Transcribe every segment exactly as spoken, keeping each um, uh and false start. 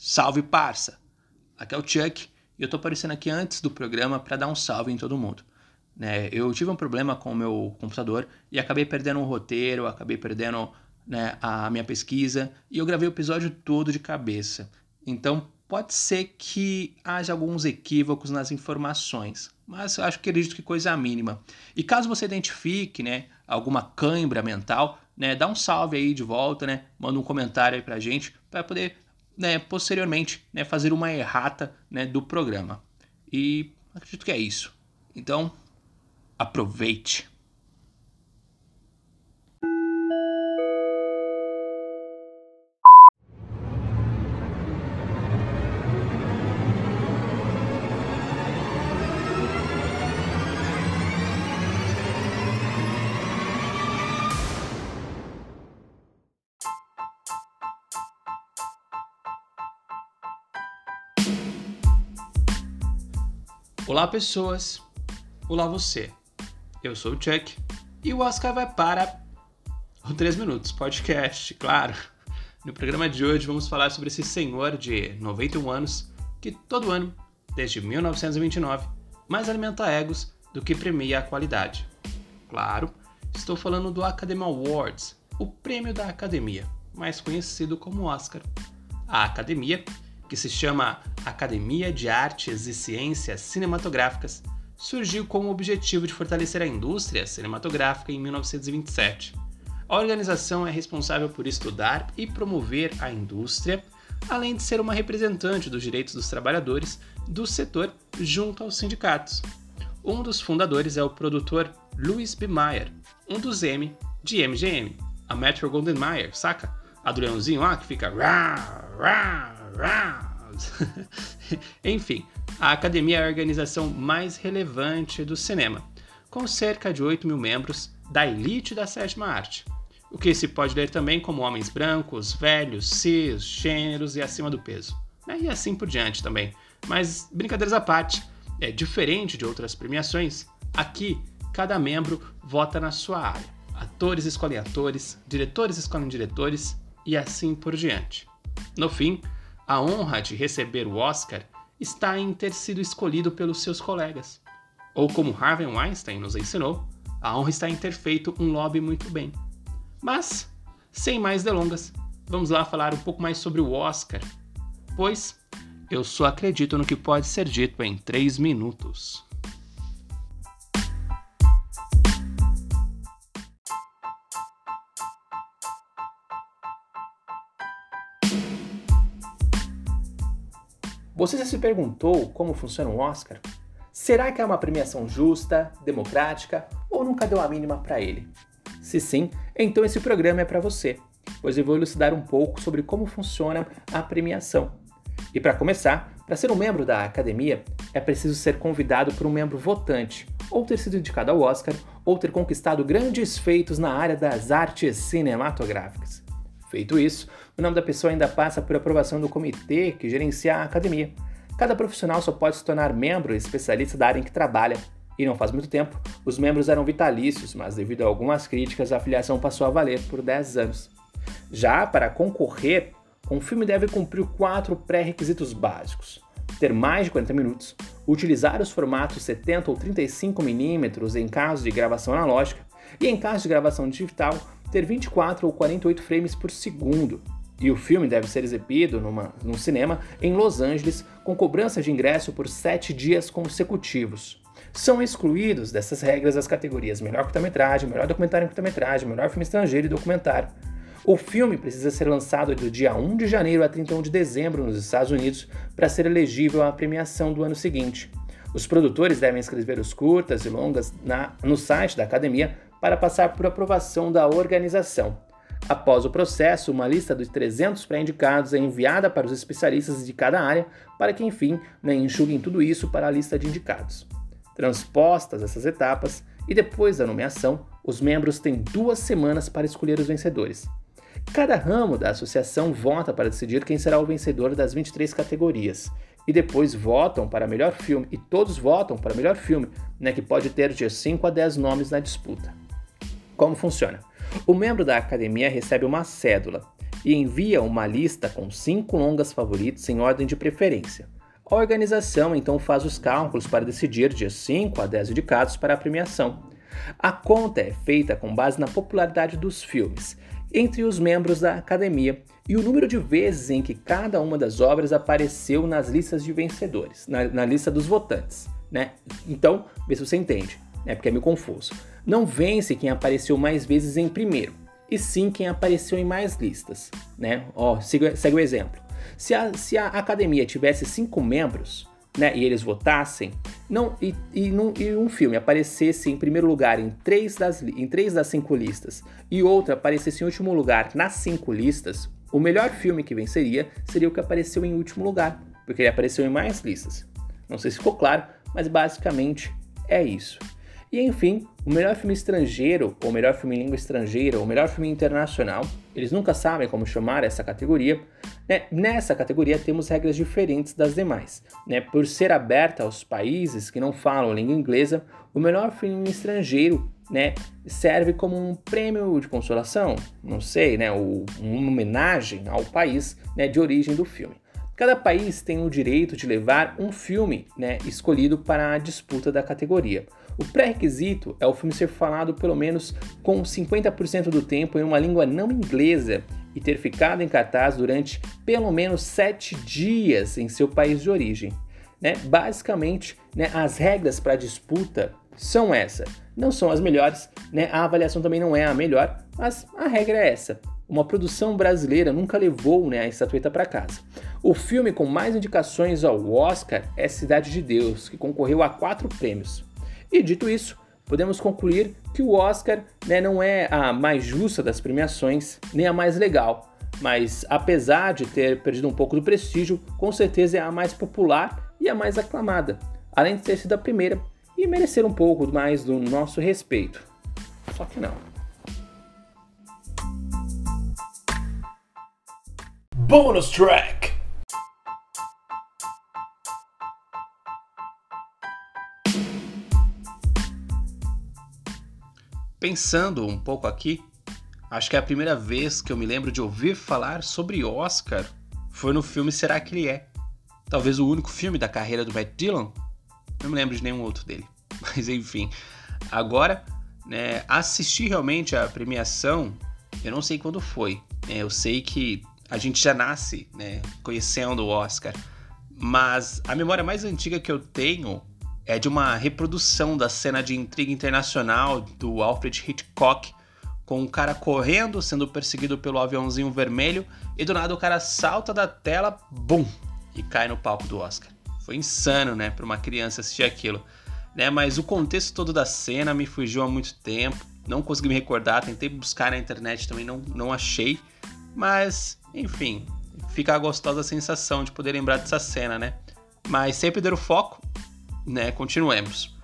Salve, parça! Aqui é o Chuck e eu tô aparecendo aqui antes do programa para dar um salve em todo mundo. Né, eu tive um problema com o meu computador e acabei perdendo o roteiro, acabei perdendo, né, a minha pesquisa e eu gravei o episódio todo de cabeça. Então pode ser que haja alguns equívocos nas informações, mas eu acho que acredito que coisa mínima. E caso você identifique, né, alguma cãibra mental, né, dá um salve aí de volta, né, manda um comentário aí pra gente para poder, né, posteriormente, né, fazer uma errata, né, do programa. E acredito que é isso. Então, aproveite! Olá, pessoas! Olá, você! Eu sou o Chuck e o Oscar vai para o três Minutos Podcast, claro. No programa de hoje vamos falar sobre esse senhor de noventa e um anos que todo ano, desde mil novecentos e vinte e nove, mais alimenta egos do que premia a qualidade. Claro, estou falando do Academy Awards, o prêmio da Academia, mais conhecido como Oscar. A Academia, que se chama Academia de Artes e Ciências Cinematográficas, surgiu com o objetivo de fortalecer a indústria cinematográfica em mil novecentos e vinte e sete. A organização é responsável por estudar e promover a indústria, além de ser uma representante dos direitos dos trabalhadores do setor junto aos sindicatos. Um dos fundadores é o produtor Louis B. Mayer, um dos M de M G M, a Metro-Goldwyn-Mayer, saca? A do leãozinho lá que fica... Enfim, a Academia é a organização mais relevante do cinema, com cerca de oito mil membros da elite da sétima arte, o que se pode ler também como homens brancos, velhos, cis, gêneros e acima do peso, né? E assim por diante também. Mas, brincadeiras à parte, é diferente de outras premiações, aqui cada membro vota na sua área. Atores escolhem atores, diretores escolhem diretores e assim por diante. No fim, a honra de receber o Oscar está em ter sido escolhido pelos seus colegas. Ou como Harvey Weinstein nos ensinou, a honra está em ter feito um lobby muito bem. Mas, sem mais delongas, vamos lá falar um pouco mais sobre o Oscar, pois eu só acredito no que pode ser dito em três minutos. Você já se perguntou como funciona o Oscar? Será que é uma premiação justa, democrática ou nunca deu a mínima para ele? Se sim, então esse programa é para você, pois eu vou elucidar um pouco sobre como funciona a premiação. E para começar, para ser um membro da Academia, é preciso ser convidado por um membro votante, ou ter sido indicado ao Oscar, ou ter conquistado grandes feitos na área das artes cinematográficas. Feito isso, o nome da pessoa ainda passa por aprovação do comitê que gerencia a academia. Cada profissional só pode se tornar membro e especialista da área em que trabalha. E não faz muito tempo, os membros eram vitalícios, mas devido a algumas críticas, a filiação passou a valer por dez anos. Já para concorrer, um filme deve cumprir quatro pré-requisitos básicos: ter mais de quarenta minutos, utilizar os formatos setenta ou trinta e cinco milímetros em caso de gravação analógica e em caso de gravação digital, ter vinte e quatro ou quarenta e oito frames por segundo. E o filme deve ser exibido numa, num cinema em Los Angeles com cobrança de ingresso por sete dias consecutivos. São excluídos dessas regras as categorias melhor curta-metragem, melhor documentário em curta-metragem, melhor filme estrangeiro e documentário. O filme precisa ser lançado do dia primeiro de janeiro a trinta e um de dezembro nos Estados Unidos para ser elegível à premiação do ano seguinte. Os produtores devem escrever os curtas e longas na, no site da Academia para passar por aprovação da organização. Após o processo, uma lista de trezentos pré-indicados é enviada para os especialistas de cada área para que, enfim, né, enxuguem tudo isso para a lista de indicados. Transpostas essas etapas, e depois da nomeação, os membros têm duas semanas para escolher os vencedores. Cada ramo da associação vota para decidir quem será o vencedor das vinte e três categorias, e depois votam para melhor filme, e todos votam para melhor filme, né, que pode ter de cinco a dez nomes na disputa. Como funciona? O membro da academia recebe uma cédula, e envia uma lista com cinco longas favoritos em ordem de preferência. A organização então faz os cálculos para decidir de cinco a dez indicados para a premiação. A conta é feita com base na popularidade dos filmes entre os membros da academia e o número de vezes em que cada uma das obras apareceu nas listas de vencedores, na, na lista dos votantes, né? Então, vê se você entende, né? Porque é meio confuso. Não vence quem apareceu mais vezes em primeiro, e sim quem apareceu em mais listas, né? Ó, segue, segue o exemplo. Se a, se a academia tivesse cinco membros, né, e eles votassem, não, e, e, num, e um filme aparecesse em primeiro lugar em três, das, em três das cinco listas e outro aparecesse em último lugar nas cinco listas, o melhor filme que venceria seria o que apareceu em último lugar, porque ele apareceu em mais listas. Não sei se ficou claro, mas basicamente é isso. E enfim, o melhor filme estrangeiro, ou melhor filme em língua estrangeira, ou melhor filme internacional, eles nunca sabem como chamar essa categoria, né? Nessa categoria temos regras diferentes das demais, né? Por ser aberta aos países que não falam língua inglesa, o melhor filme estrangeiro, né, serve como um prêmio de consolação, não sei, né, ou uma homenagem ao país, né, de origem do filme. Cada país tem o direito de levar um filme, né, escolhido para a disputa da categoria. O pré-requisito é o filme ser falado pelo menos com cinquenta por cento do tempo em uma língua não inglesa e ter ficado em cartaz durante pelo menos sete dias em seu país de origem. Né? Basicamente, né, as regras para a disputa são essas. Não são as melhores, né? A avaliação também não é a melhor, mas a regra é essa. Uma produção brasileira nunca levou, né, a estatueta para casa. O filme com mais indicações ao Oscar é Cidade de Deus, que concorreu a quatro prêmios. E dito isso, podemos concluir que o Oscar, né, não é a mais justa das premiações, nem a mais legal, mas apesar de ter perdido um pouco do prestígio, com certeza é a mais popular e a mais aclamada, além de ter sido a primeira e merecer um pouco mais do nosso respeito. Só que não. Bonus Track! Pensando um pouco aqui, acho que é a primeira vez que eu me lembro de ouvir falar sobre Oscar foi no filme Será Que Ele É? Talvez o único filme da carreira do Matt Dillon. Não me lembro de nenhum outro dele. Mas enfim, agora, né, assisti realmente a premiação, eu não sei quando foi. Né, eu sei que a gente já nasce, né, conhecendo o Oscar, mas a memória mais antiga que eu tenho é de uma reprodução da cena de intriga internacional do Alfred Hitchcock, com um cara correndo, sendo perseguido pelo aviãozinho vermelho, e do nada o cara salta da tela, bum, e cai no palco do Oscar. Foi insano, né, para uma criança assistir aquilo. Né, mas o contexto todo da cena me fugiu há muito tempo, não consegui me recordar, tentei buscar na internet também, não, não achei, mas, enfim, fica a gostosa sensação de poder lembrar dessa cena, né? Mas sem perder o foco, né, continuemos.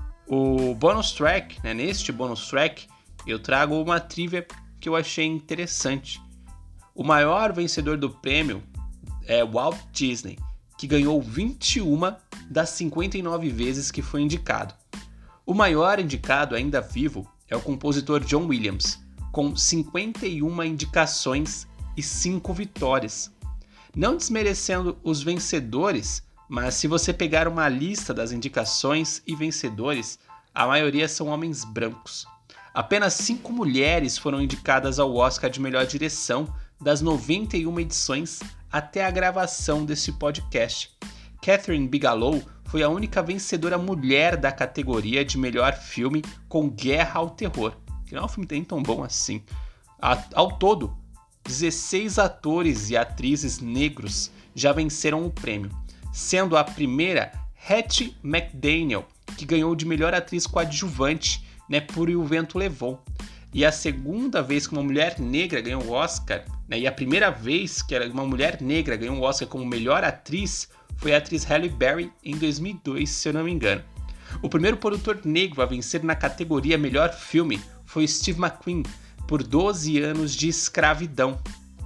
O bonus track, né, neste bonus track, eu trago uma trivia que eu achei interessante. O maior vencedor do prêmio é Walt Disney, que ganhou vinte e uma das cinquenta e nove vezes que foi indicado. O maior indicado ainda vivo é o compositor John Williams, com cinquenta e uma indicações e cinco vitórias. Não desmerecendo os vencedores, mas se você pegar uma lista das indicações e vencedores, a maioria são homens brancos. Apenas cinco mulheres foram indicadas ao Oscar de melhor direção das noventa e uma edições até a gravação desse podcast. Catherine Bigelow foi a única vencedora mulher da categoria de melhor filme com Guerra ao Terror, que não é um filme nem tão bom assim. Ao todo, dezesseis atores e atrizes negros já venceram o prêmio, sendo a primeira Hattie McDaniel, que ganhou de melhor atriz coadjuvante, né, por E o Vento Levou. E a segunda vez que uma mulher negra ganhou o Oscar, né, e a primeira vez que uma mulher negra ganhou o Oscar como melhor atriz foi a atriz Halle Berry em dois mil e dois, se eu não me engano. O primeiro produtor negro a vencer na categoria melhor filme foi Steve McQueen, por doze anos de escravidão.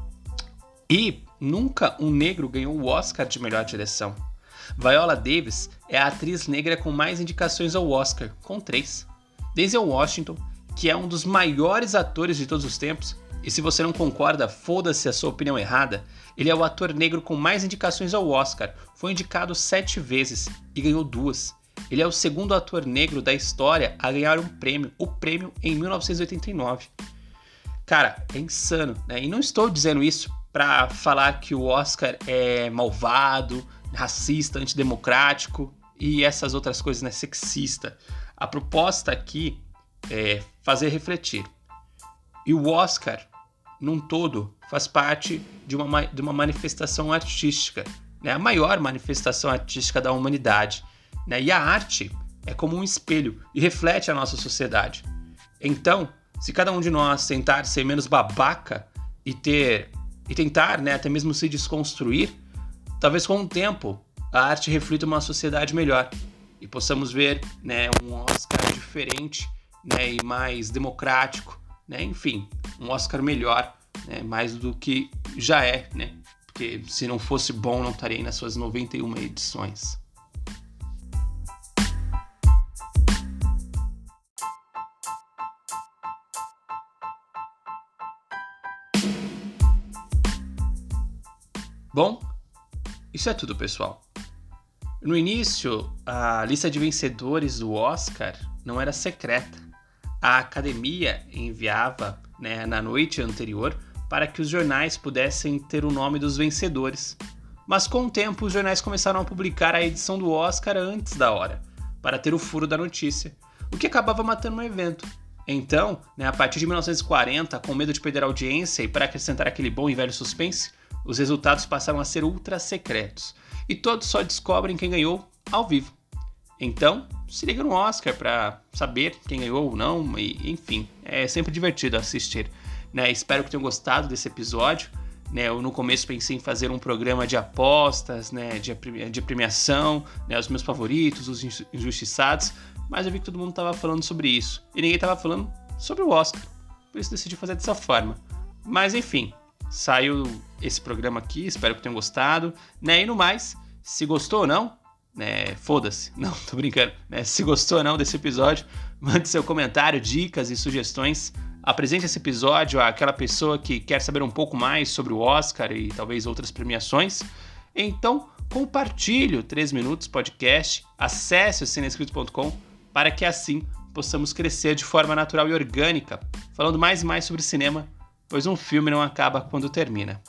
E nunca um negro ganhou o Oscar de melhor direção. Viola Davis é a atriz negra com mais indicações ao Oscar, com três. Denzel Washington que é um dos maiores atores de todos os tempos, e se você não concorda, foda-se a sua opinião errada, ele é o ator negro com mais indicações ao Oscar, foi indicado sete vezes e ganhou duas. Ele é o segundo ator negro da história a ganhar um prêmio, o prêmio em mil novecentos e oitenta e nove. Cara, é insano, né? E não estou dizendo isso pra falar que o Oscar é malvado, racista, antidemocrático e essas outras coisas, né? Sexista. A proposta aqui é fazer refletir. E o Oscar, num todo, faz parte de uma, de uma manifestação artística, né? A maior manifestação artística da humanidade. Né? E a arte é como um espelho e reflete a nossa sociedade. Então, se cada um de nós tentar ser menos babaca e, ter, e tentar, né, até mesmo se desconstruir, talvez com o tempo a arte reflita uma sociedade melhor e possamos ver, né, um Oscar diferente, né, e mais democrático, né, enfim, um Oscar melhor, né, mais do que já é, né, porque se não fosse bom não estaria aí nas suas noventa e uma edições. Bom, isso é tudo, pessoal. No início, a lista de vencedores do Oscar não era secreta. A academia enviava, né, na noite anterior para que os jornais pudessem ter o nome dos vencedores. Mas com o tempo, os jornais começaram a publicar a edição do Oscar antes da hora, para ter o furo da notícia, o que acabava matando o evento. Então, né, a partir de mil novecentos e quarenta, com medo de perder a audiência e para acrescentar aquele bom e velho suspense, os resultados passaram a ser ultra secretos e todos só descobrem quem ganhou ao vivo. Então, se liga no Oscar para saber quem ganhou ou não, e enfim, é sempre divertido assistir. Né? Espero que tenham gostado desse episódio. Né? Eu no começo pensei em fazer um programa de apostas, né? de, de premiação, né? Os meus favoritos, os injustiçados, mas eu vi que todo mundo estava falando sobre isso e ninguém estava falando sobre o Oscar, por isso decidi fazer dessa forma. Mas enfim, saiu esse programa aqui, espero que tenham gostado, né? E no mais, se gostou ou não, né? Foda-se, não, tô brincando, né? Se gostou ou não desse episódio, mande seu comentário, dicas e sugestões. Apresente esse episódio àquela pessoa que quer saber um pouco mais sobre o Oscar e talvez outras premiações. Então, compartilhe o três Minutos Podcast, acesse o cinescrito ponto com para que assim possamos crescer de forma natural e orgânica, falando mais e mais sobre cinema, pois um filme não acaba quando termina.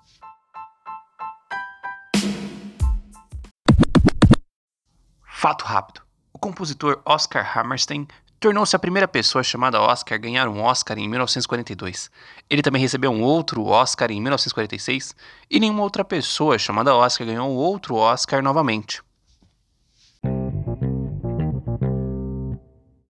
Fato rápido. O compositor Oscar Hammerstein tornou-se a primeira pessoa chamada Oscar a ganhar um Oscar em mil novecentos e quarenta e dois. Ele também recebeu um outro Oscar em mil novecentos e quarenta e seis e nenhuma outra pessoa chamada Oscar ganhou um outro Oscar novamente.